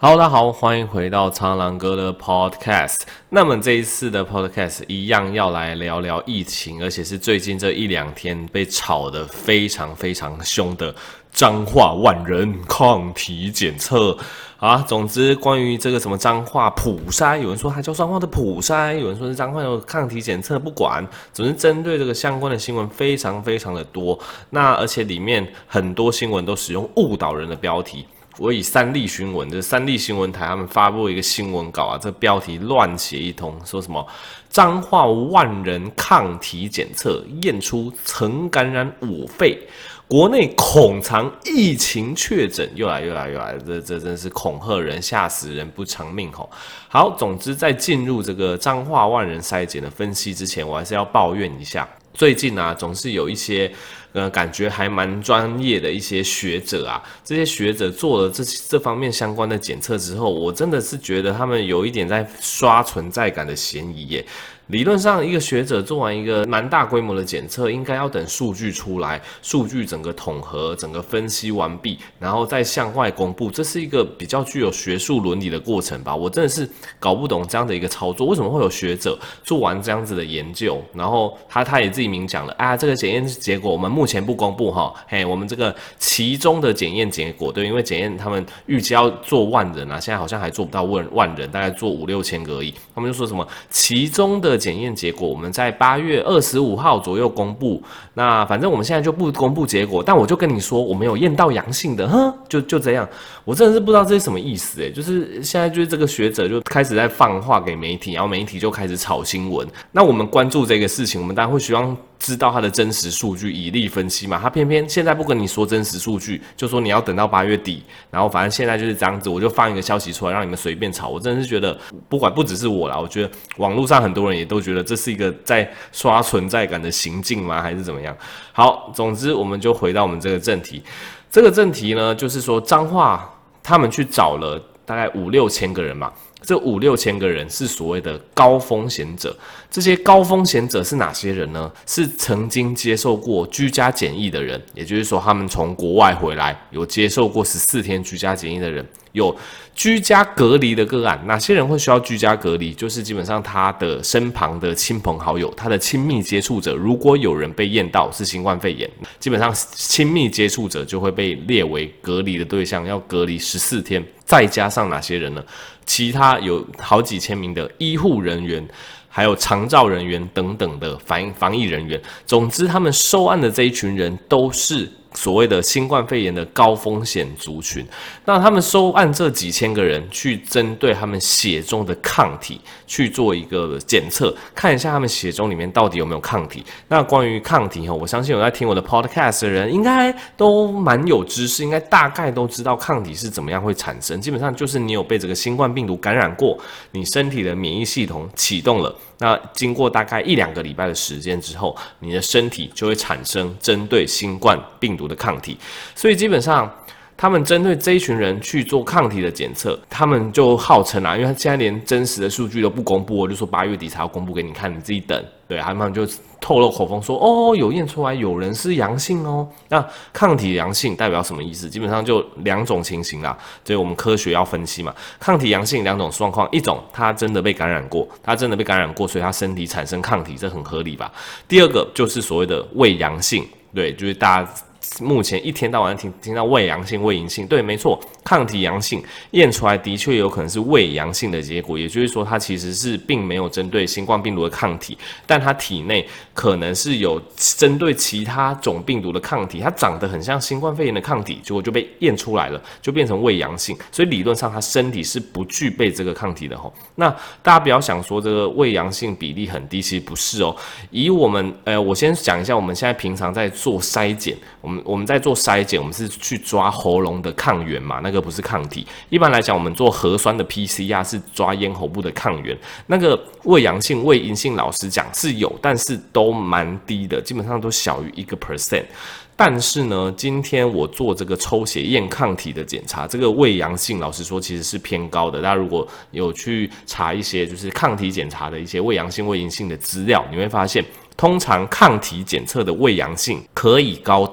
Hello，大家好，欢迎回到苍狼哥的 Podcast。那么这一次的 Podcast 一样要来聊聊疫情，而且是最近这一两天被炒得非常非常凶的彰化万人抗体检测啊。总之，关于这个什么彰化普筛，有人说它叫彰化的普筛，有人说是彰化的抗体检测，不管，总之针对这个相关的新闻非常非常的多。那而且里面很多新闻都使用误导人的标题。我以三立新闻，这三立新闻台他们发布一个新闻稿啊，这标题乱写一通，说什么彰化万人抗体检测验出曾感染我肺，国内恐藏疫情确诊，又来，这真是恐吓人、吓死人、不偿命吼。好，总之在进入这个彰化万人筛检的分析之前，我还是要抱怨一下，最近啊总是有一些。感觉还蛮专业的一些学者啊，这些学者做了这方面相关的检测之后，我真的是觉得他们有一点在刷存在感的嫌疑耶。理论上，一个学者做完一个蛮大规模的检测，应该要等数据出来，数据整个统合、整个分析完毕，然后再向外公布，这是一个比较具有学术伦理的过程吧。我真的是搞不懂这样的一个操作，为什么会有学者做完这样子的研究，然后他也自己明讲了啊，这个检验结果我们目前不公布哈，嘿，我们这个其中的检验结果，对，因为检验他们预计要做万人啊，现在好像还做不到万人，大概做5-6千个而已。他们就说什么其中的检验结果，我们在8月25号左右公布。那反正我们现在就不公布结果，但我就跟你说，我们有验到阳性的，就这样。我真的是不知道这是什么意思就是现在就是这个学者就开始在放话给媒体，然后媒体就开始炒新闻。那我们关注这个事情，我们当然会希望知道它的真实数据，以利分析嘛。他偏偏现在不跟你说真实数据，就说你要等到8月底，然后反正现在就是这样子，我就放一个消息出来让你们随便炒。我真的是觉得，不只是我啦，我觉得网络上很多人也都觉得这是一个在刷存在感的行径吗？还是怎么样？好，总之我们就回到我们这个正题。这个正题呢，就是说彰化他们去找了大概5-6千个人嘛。这5-6千个人是所谓的高风险者，这些高风险者是哪些人呢？是曾经接受过居家检疫的人，也就是说他们从国外回来，有接受过14天居家检疫的人，有居家隔离的个案。哪些人会需要居家隔离？就是基本上他的身旁的亲朋好友，他的亲密接触者，如果有人被验到是新冠肺炎，基本上亲密接触者就会被列为隔离的对象，要隔离14天。再加上哪些人呢？其他有好几千名的医护人员，还有长照人员等等的防疫人员。总之，他们收案的这一群人都是所谓的新冠肺炎的高风险族群。那他们收案这几千个人，去针对他们血中的抗体去做一个检测，看一下他们血中里面到底有没有抗体。那关于抗体我相信有在听我的 podcast 的人应该都蛮有知识，应该大概都知道抗体是怎么样会产生。基本上就是你有被这个新冠病毒感染过，你身体的免疫系统启动了，那经过大概1-2个礼拜的时间之后，你的身体就会产生针对新冠病毒的抗体。所以基本上他们针对这一群人去做抗体的检测，他们就号称因为他现在连真实的数据都不公布，就说8月底才要公布给你看，你自己等。对，他们就透露口风说，有验出来有人是阳性哦。那抗体阳性代表什么意思？基本上就2种情形啦，所以我们科学要分析嘛。抗体阳性2种状况，一种他真的被感染过，所以他身体产生抗体，这很合理吧？第二个就是所谓的伪阳性，对，就是大家目前一天到晚听到伪阳性、伪阴性，对，没错，抗体阳性验出来的确有可能是伪阳性的结果，也就是说，它其实是并没有针对新冠病毒的抗体，但它体内可能是有针对其他种病毒的抗体，它长得很像新冠肺炎的抗体，结果就被验出来了，就变成伪阳性，所以理论上它身体是不具备这个抗体的吼。那大家不要想说这个伪阳性比例很低，其实不是哦。以我们我先讲一下，我们现在平常在做筛检，我们在做筛检，我们是去抓喉咙的抗原嘛，那个不是抗体。一般来讲，我们做核酸的 PCR 是抓咽喉部的抗原，那个伪阳性、伪阴性，老实讲是有，但是都蛮低的，基本上都小于1%。但是呢，今天我做这个抽血验抗体的检查，这个伪阳性老实说其实是偏高的。大家如果有去查一些就是抗体检查的一些伪阳性、伪阴性的资料，你会发现通常抗体检测的伪阳性可以高达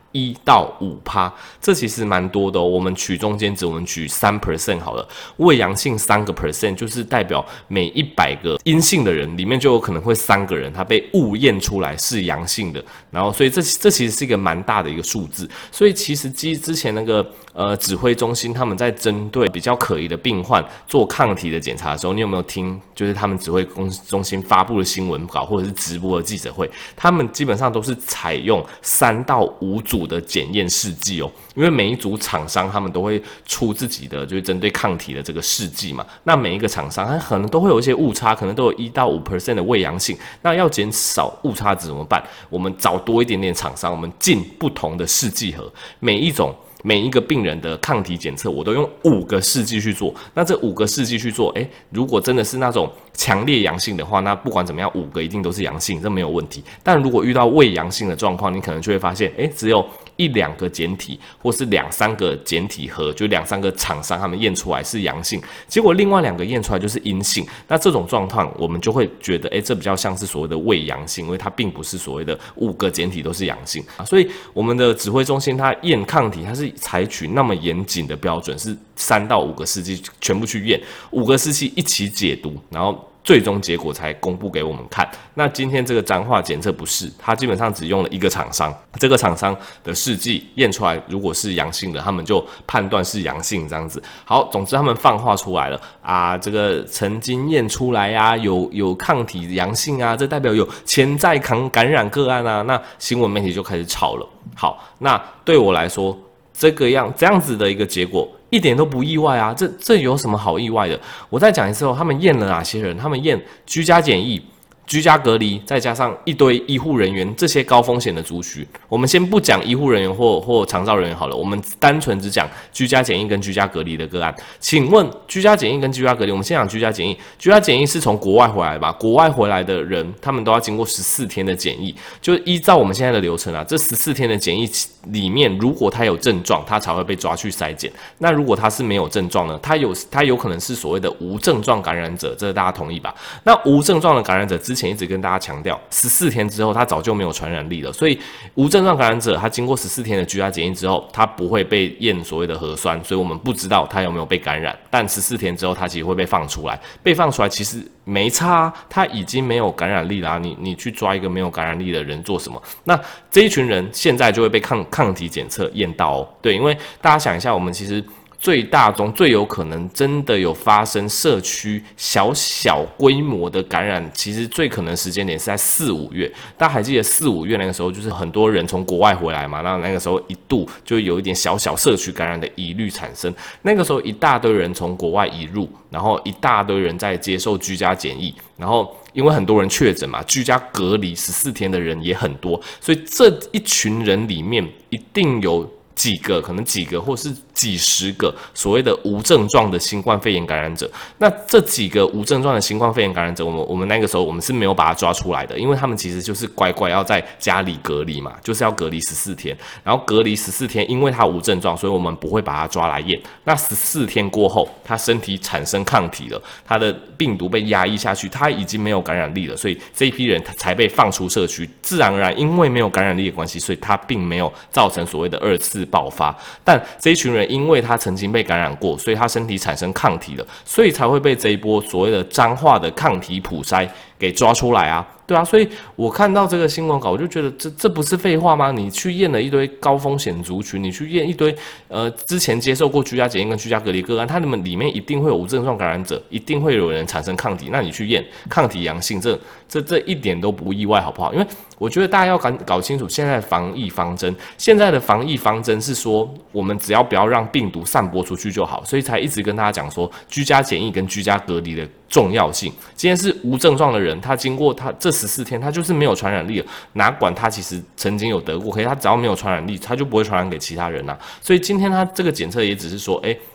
1到5%，这其实蛮多的哦。我们取中间值，我们取3% 好了，伪阳性3%，就是代表每100个阴性的人里面就有可能会3个人他被误验出来是阳性的，然后所以这其实是一个蛮大的一个数字。所以其实之前那个指挥中心他们在针对比较可疑的病患做抗体的检查的时候，你有没有听？就是他们指挥中心发布的新闻稿或者是直播的记者会，他们基本上都是采用3到5组的检验试剂哦，因为每一组厂商他们都会出自己的就是针对抗体的这个试剂嘛，那每一个厂商它可能都会有一些误差，可能都有1到5% 的伪阳性，那要减少误差值怎么办？我们找多一点点厂商，我们进不同的试剂盒，每一个病人的抗体检测，我都用5个试剂去做。那这5个试剂去做，如果真的是那种强烈阳性的话，那不管怎么样，5个一定都是阳性，这没有问题。但如果遇到伪阳性的状况，你可能就会发现，只有1-2个检体，或是2-3个检体盒，就2-3个厂商他们验出来是阳性，结果另外2个验出来就是阴性。那这种状况，我们就会觉得，这比较像是所谓的伪阳性，因为它并不是所谓的5个检体都是阳性。所以我们的指挥中心它验抗体，它是采取那么严谨的标准，是3到5个试剂全部去验，5个试剂一起解读，然后最终结果才公布给我们看。那今天这个彰化检测不是，它基本上只用了1个厂商，这个厂商的试剂验出来如果是阳性的，他们就判断是阳性这样子。好，总之他们放话出来了啊，这个曾经验出来啊，有抗体阳性啊，这代表有潜在感染个案啊，那新闻媒体就开始吵了。好，那对我来说，这样子的一个结果一点都不意外啊，这有什么好意外的？我再讲一次哦，他们验了哪些人？他们验居家检疫、居家隔离，再加上一堆医护人员，这些高风险的族群。我们先不讲医护人员或长照人员好了，我们单纯只讲居家检疫跟居家隔离的个案。请问居家检疫跟居家隔离，我们先讲居家检疫。居家检疫是从国外回来吧？国外回来的人，他们都要经过14天的检疫，就依照我们现在的流程啊，这14天的检疫里面，如果他有症状，他才会被抓去筛检。那如果他是没有症状呢？他有可能是所谓的无症状感染者，这大家同意吧？那无症状的感染者之前一直跟大家强调，14天之后他早就没有传染力了，所以无症状感染者他经过14天的居家检疫之后，他不会被验所谓的核酸，所以我们不知道他有没有被感染。但14天之后，他其实会被放出来，被放出来其实没差啊，他已经没有感染力啦，你去抓一个没有感染力的人做什么？那这一群人现在就会被抗体检测验到哦。对，因为大家想一下，我们其实最大宗最有可能真的有发生社区小规模的感染，其实最可能时间点是在4-5月。大家还记得4-5月那个时候，就是很多人从国外回来嘛，那个时候一度就有一点小社区感染的疑虑产生。那个时候一大堆人从国外移入，然后一大堆人在接受居家检疫，然后因为很多人确诊嘛，居家隔离14天的人也很多，所以这一群人里面一定有可能几个或是几十个所谓的无症状的新冠肺炎感染者。那这几个无症状的新冠肺炎感染者，我们那个时候我们是没有把他抓出来的，因为他们其实就是乖乖要在家里隔离嘛，就是要隔离14天，然后隔离14天，因为他无症状，所以我们不会把他抓来验。那14天过后，他身体产生抗体了，他的病毒被压抑下去，他已经没有感染力了，所以这一批人才被放出社区。自然而然，因为没有感染力的关系，所以他并没有造成所谓的2次爆发。但这一群人因为他曾经被感染过，所以他身体产生抗体了，所以才会被这一波所谓的彰化的抗体普筛给抓出来啊。对啊，所以我看到这个新闻稿，我就觉得这不是废话吗？你去验了一堆高风险族群，你去验一堆之前接受过居家检疫跟居家隔离个案，他们里面一定会有无症状感染者，一定会有人产生抗体，那你去验抗体阳性，这一点都不意外，好不好？因为我觉得大家要搞清楚现在的防疫方针。现在的防疫方针是说，我们只要不要让病毒散播出去就好，所以才一直跟大家讲说居家检疫跟居家隔离的重要性。今天是无症状的人，他经过他这14天，他就是没有传染力了，哪管他其实曾经有得过，可是他只要没有传染力，他就不会传染给其他人啊。所以今天他这个检测也只是说，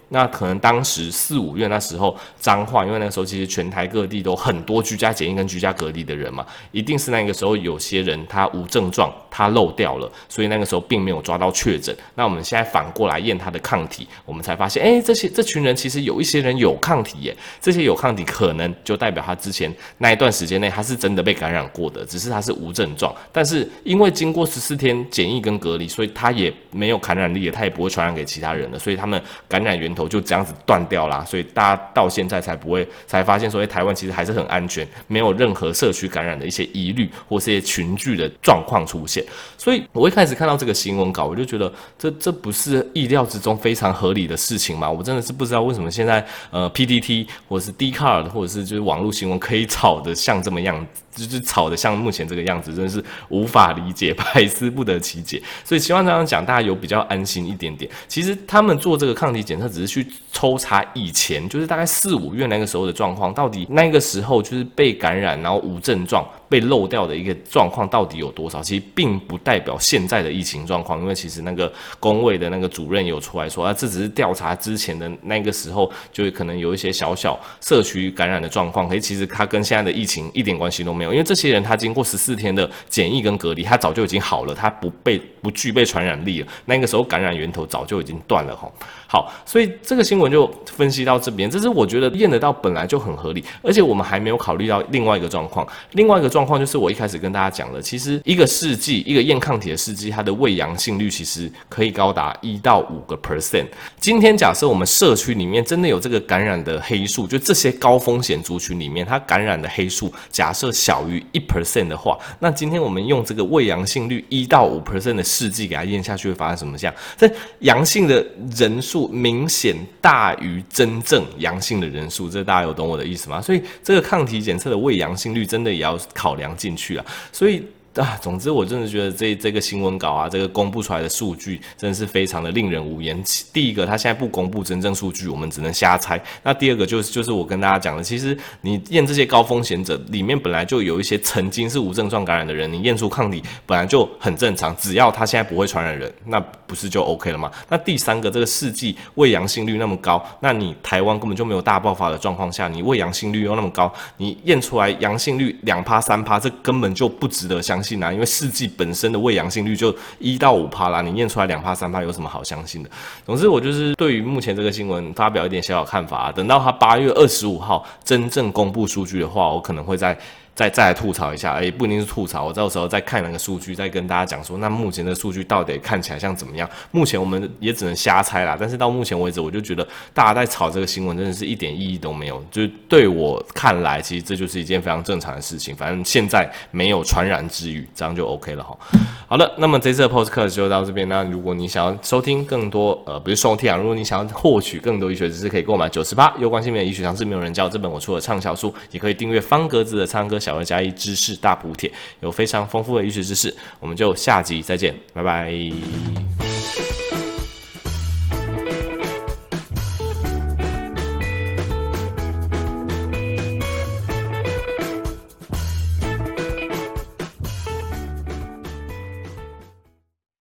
那可能当时4、5月那时候彰化，因为那个时候其实全台各地都很多居家检疫跟居家隔离的人嘛，一定是那个时候有些人他无症状，他漏掉了，所以那个时候并没有抓到确诊。那我们现在反过来验他的抗体，我们才发现，这群人其实有一些人有抗体耶，这些有抗体可能就代表他之前那一段时间内他是真的被感染过的，只是他是无症状，但是因为经过14天检疫跟隔离，所以他也没有感染力了，他也不会传染给其他人了，所以他们感染源头就这样子断掉啦，所以大家到现在才发现说，台湾其实还是很安全，没有任何社区感染的一些疑虑或是一些群聚的状况出现。所以我一开始看到这个新闻稿，我就觉得这不是意料之中非常合理的事情吗？我真的是不知道为什么现在PTT 或者是 Dcard 或者是就是网络新闻可以炒得像这么样子，就是炒得像目前这个样子，真的是无法理解，百思不得其解。所以希望这样讲，大家有比较安心一点点。其实他们做这个抗体检测，只是去抽查以前，就是大概4、5月那个时候的状况，到底那个时候就是被感染然后无症状被漏掉的一个状况到底有多少？其实并不代表现在的疫情状况，因为其实那个公卫的那个主任有出来说，这只是调查之前的那个时候，就可能有一些小小社区感染的状况，可是其实它跟现在的疫情一点关系都没有，因为这些人他经过14天的检疫跟隔离，他早就已经好了，他不具备传染力了，那个时候感染源头早就已经断了齁。好，所以这个新闻就分析到这边，这是我觉得验得到本来就很合理，而且我们还没有考虑到另外一个状况。另外一个状况就是我一开始跟大家讲的，其实一个试剂，一个验抗体的试剂，它的胃阳性率其实可以高达1到5%。今天假设我们社区里面真的有这个感染的黑数，就这些高风险族群里面，它感染的黑数假设小于1% 的话，那今天我们用这个胃阳性率1到5% 的试剂给它验下去，会发生什么？这阳性的人数明显大于真正阳性的人数，这大家有懂我的意思吗？所以这个抗体检测的胃阳性率真的也要考量进去啊，所以总之我真的觉得这个新闻稿啊，这个公布出来的数据真的是非常的令人无言。第一个，他现在不公布真正数据，我们只能瞎猜。那第二个就是我跟大家讲的，其实你验这些高风险者里面本来就有一些曾经是无症状感染的人，你验出抗体本来就很正常，只要他现在不会传染人，那不是就 OK 了吗？那第三个，这个试剂胃阳性率那么高，那你台湾根本就没有大爆发的状况下，你胃阳性率又那么高，你验出来阳性率2%、3%，这根本就不值得相信啊！因为试剂本身的胃阳性率就1到5%啦，你验出来2%、3%有什么好相信的？总之，我就是对于目前这个新闻发表一点小小看法啊。等到他8月25号真正公布数据的话，我可能会再来吐槽一下，不一定是吐槽，我到时候再看那个数据，再跟大家讲说，那目前的数据到底看起来像怎么样？目前我们也只能瞎猜啦，但是到目前为止，我就觉得大家在炒这个新闻真的是一点意义都没有。就是对我看来，其实这就是一件非常正常的事情，反正现在没有传染之虞，这样就 OK 了齁。好的，那么这次的 podcast 就到这边。那如果你想要收听更多，不是收听啊，如果你想要获取更多医学知识，可以购买98有关性的医学常识没有人教这本我出的畅销书，也可以订阅方格子的唱歌小2+1知识大补帖，有非常丰富的医学知识。我们就下集再见，拜拜。